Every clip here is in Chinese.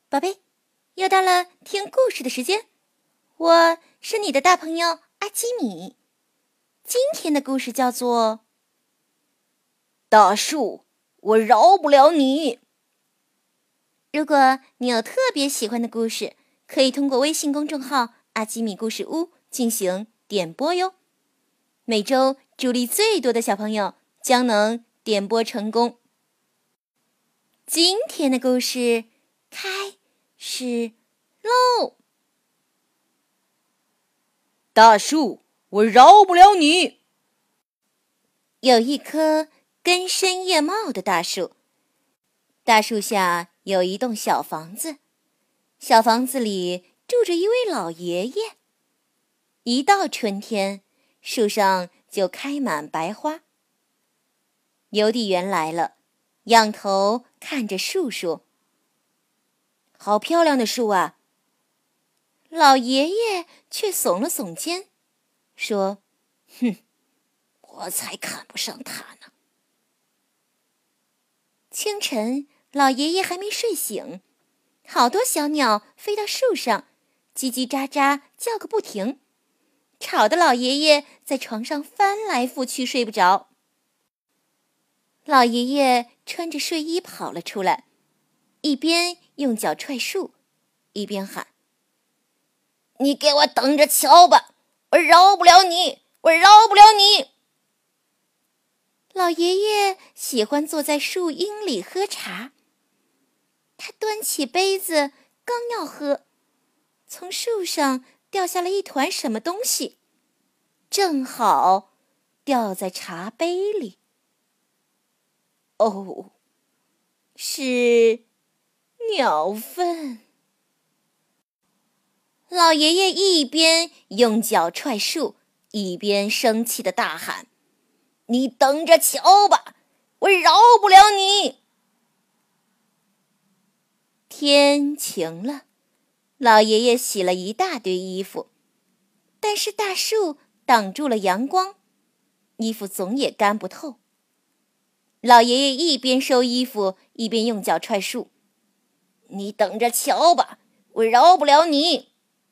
宝贝，又到了听故事的时间，我是你的大朋友阿基米。今天的故事叫做大树，我饶不了你。 如果你有特别喜欢的故事，可以通过微信公众号阿基米故事屋进行点播哟。每周助力最多的小朋友将能点播成功。今天的故事开始喽！ 大树，我饶不了你。 有一棵根深叶茂的大树，大树下有一栋小房子，小房子里住着一位老爷爷。一到春天，树上就开满白花。邮递员来了，仰头看着树说：“好漂亮的树啊！”老爷爷却耸了耸肩，说：“哼， 我才看不上它呢。” 清晨，老爷爷还没睡醒，好多小鸟飞到树上，叽叽喳喳叫个不停，吵得老爷爷在床上翻来覆去睡不着。老爷爷穿着睡衣跑了出来，一边用脚踹树，一边喊：“ 你给我等着瞧吧，我饶不了你，我饶不了你！” 老爷爷喜欢坐在树荫里喝茶，他端起杯子刚要喝，从树上掉下了一团什么东西，正好掉在茶杯里。哦，是鸟粪。老爷爷一边用脚踹树，一边生气地大喊：“ 你等着瞧吧，我饶不了你！” 天晴了，老爷爷洗了一大堆衣服，但是大树挡住了阳光，衣服总也干不透。老爷爷一边收衣服，一边用脚踹树：“ 你等着瞧吧，我饶不了你！”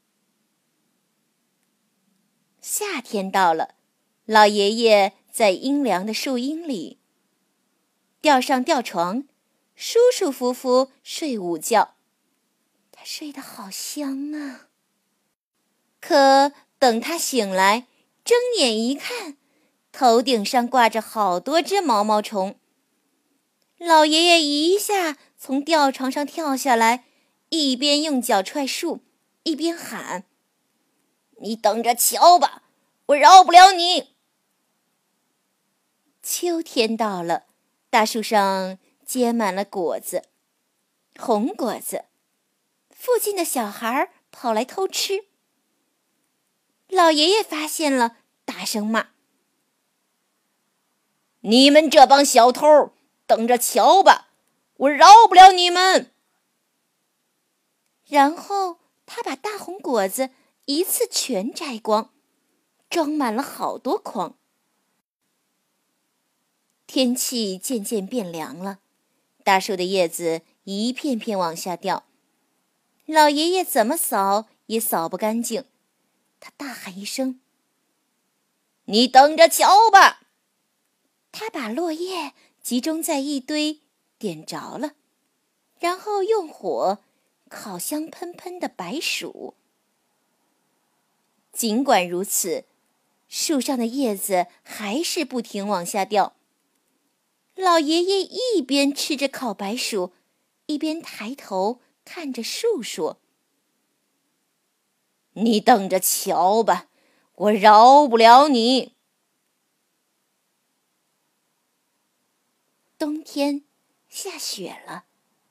夏天到了，老爷爷在阴凉的树荫里吊上吊床，舒舒服服睡午觉。他睡得好香啊！可等他醒来，睁眼一看，头顶上挂着好多只毛毛虫。老爷爷一下从吊床上跳下来，一边用脚踹树，一边喊：“ 你等着瞧吧，我饶不了你！” 秋天到了，大树上结满了果子，红果子。附近的小孩跑来偷吃。老爷爷发现了，大声骂：“ 你们这帮小偷，等着瞧吧，我饶不了你们！” 然后他把大红果子一次全摘光，装满了好多筐。天气渐渐变凉了，大树的叶子一片片往下掉，老爷爷怎么扫也扫不干净。他大喊一声：“ 你等着瞧吧！” 他把落叶集中在一堆，点着了，然后用火烤香喷喷的白薯。尽管如此，树上的叶子还是不停往下掉。老爷爷一边吃着烤白薯，一边抬头看着树说：“ 你等着瞧吧，我饶不了你！” 冬天下雪了，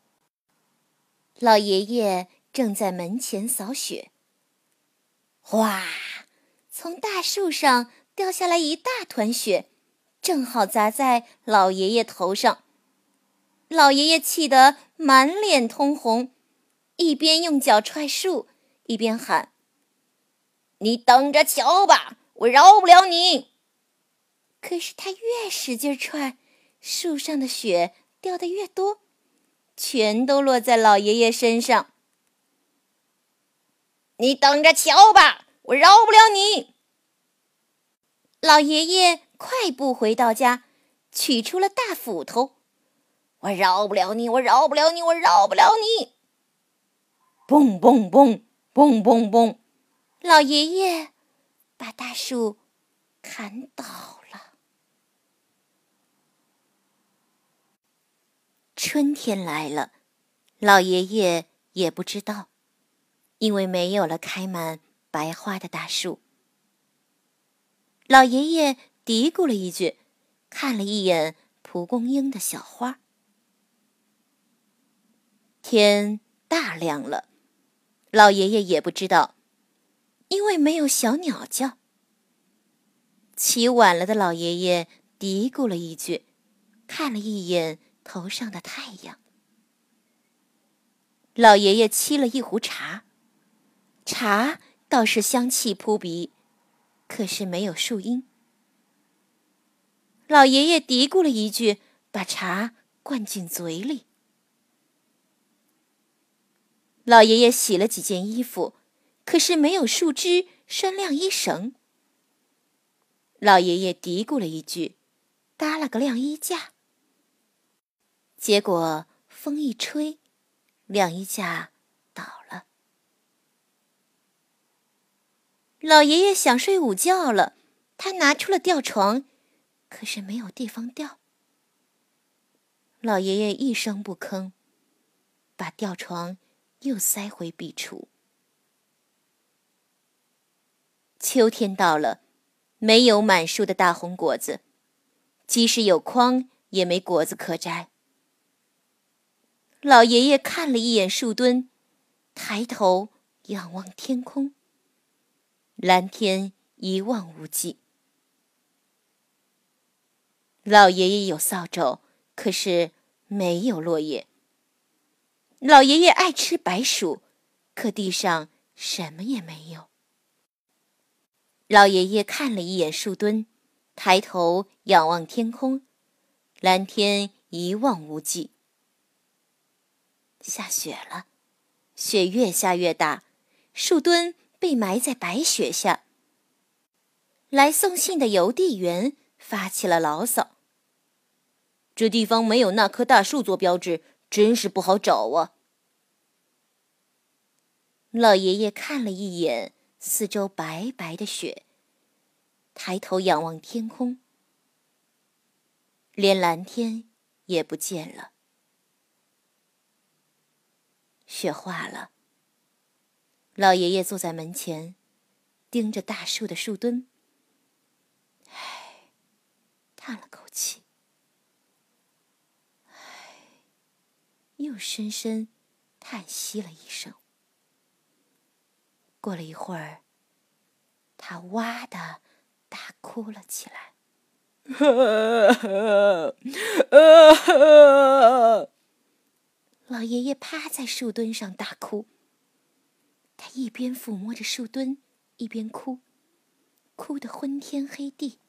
老爷爷正在门前扫雪。哗，从大树上掉下来一大团雪，正好砸在老爷爷头上。老爷爷气得满脸通红，一边用脚踹树，一边喊：“ 你等着瞧吧，我饶不了你！” 可是他越使劲踹，树上的雪掉得越多，全都落在老爷爷身上。 你等着瞧吧，我饶不了你。 老爷爷快步回到家，取出了大斧头。 我饶不了你，我饶不了你，我饶不了你！ 嘣嘣嘣，嘣嘣嘣，老爷爷把大树砍倒了。春天来了，老爷爷也不知道，因为没有了开满白花的大树。老爷爷嘀咕了一句，看了一眼蒲公英的小花。天大亮了，老爷爷也不知道，因为没有小鸟叫。起晚了的老爷爷嘀咕了一句，看了一眼头上的太阳。老爷爷沏了一壶茶，茶倒是香气扑鼻，可是没有树荫。老爷爷嘀咕了一句，把茶灌进嘴里。老爷爷洗了几件衣服，可是没有树枝拴晾衣绳。老爷爷嘀咕了一句，搭了个晾衣架。结果风一吹，晾衣架倒了。老爷爷想睡午觉了，他拿出了吊床，可是没有地方吊。老爷爷一声不吭，把吊床又塞回壁橱。秋天到了，没有满树的大红果子，即使有筐也没果子可摘。老爷爷看了一眼树墩，抬头仰望天空，蓝天一望无际。老爷爷有扫帚，可是没有落叶。老爷爷爱吃白薯，可地上什么也没有。老爷爷看了一眼树墩，抬头仰望天空，蓝天一望无际。下雪了，雪越下越大，树墩被埋在白雪下。来送信的邮递员发起了牢骚：这地方没有那棵大树做标志，真是不好找啊。老爷爷看了一眼四周白白的雪，抬头仰望天空，连蓝天也不见了。雪化了，老爷爷坐在门前，盯着大树的树墩，叹了口气，又深深叹息了一声。过了一会儿，他哇地大哭了起来。老爷爷趴在树墩上大哭，他一边抚摸着树墩，一边哭，哭得昏天黑地。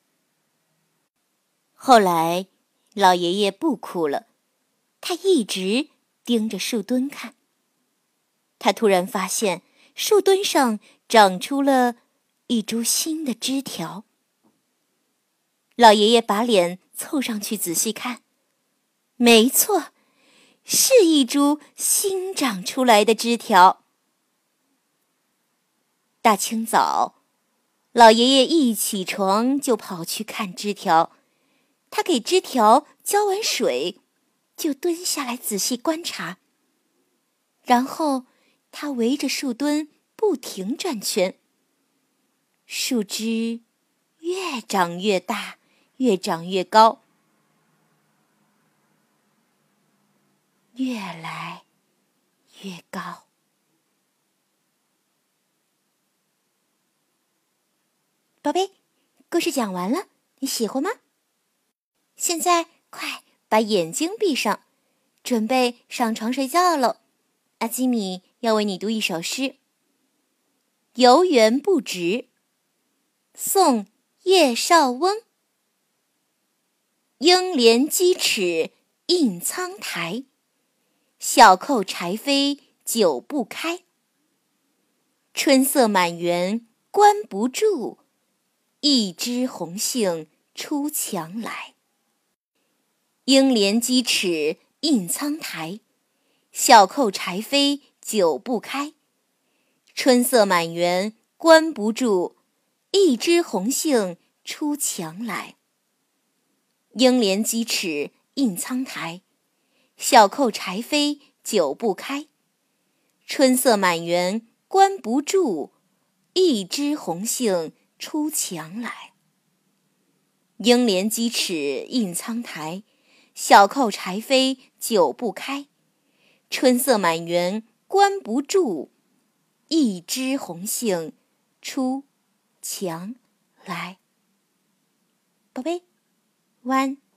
后来，老爷爷不哭了，他一直盯着树墩看。他突然发现树墩上长出了一株新的枝条。老爷爷把脸凑上去仔细看，没错，是一株新长出来的枝条。大清早，老爷爷一起床就跑去看枝条。他给枝条浇完水，就蹲下来仔细观察。然后他围着树墩不停转圈，树枝越长越大，越长越高，越来越高。宝贝，故事讲完了，你喜欢吗？现在快把眼睛闭上，准备上床睡觉喽。阿基米要为你读一首诗：游园不值，宋·叶绍翁。应怜鸡翅印苍苔，小扣柴扉久不开。 春色满园关不住，一枝红杏出墙来。英莲鸡翅印苍苔，小扣柴扉久不开。春色满园关不住，一枝红杏出墙来。英莲鸡翅印苍苔，小扣柴扉久不开。春色满园关不住，一枝红杏出墙来。英莲鸡翅印苍苔，小扣柴扉久不开。春色满园关不住，一枝红杏出墙来。宝贝，晚安。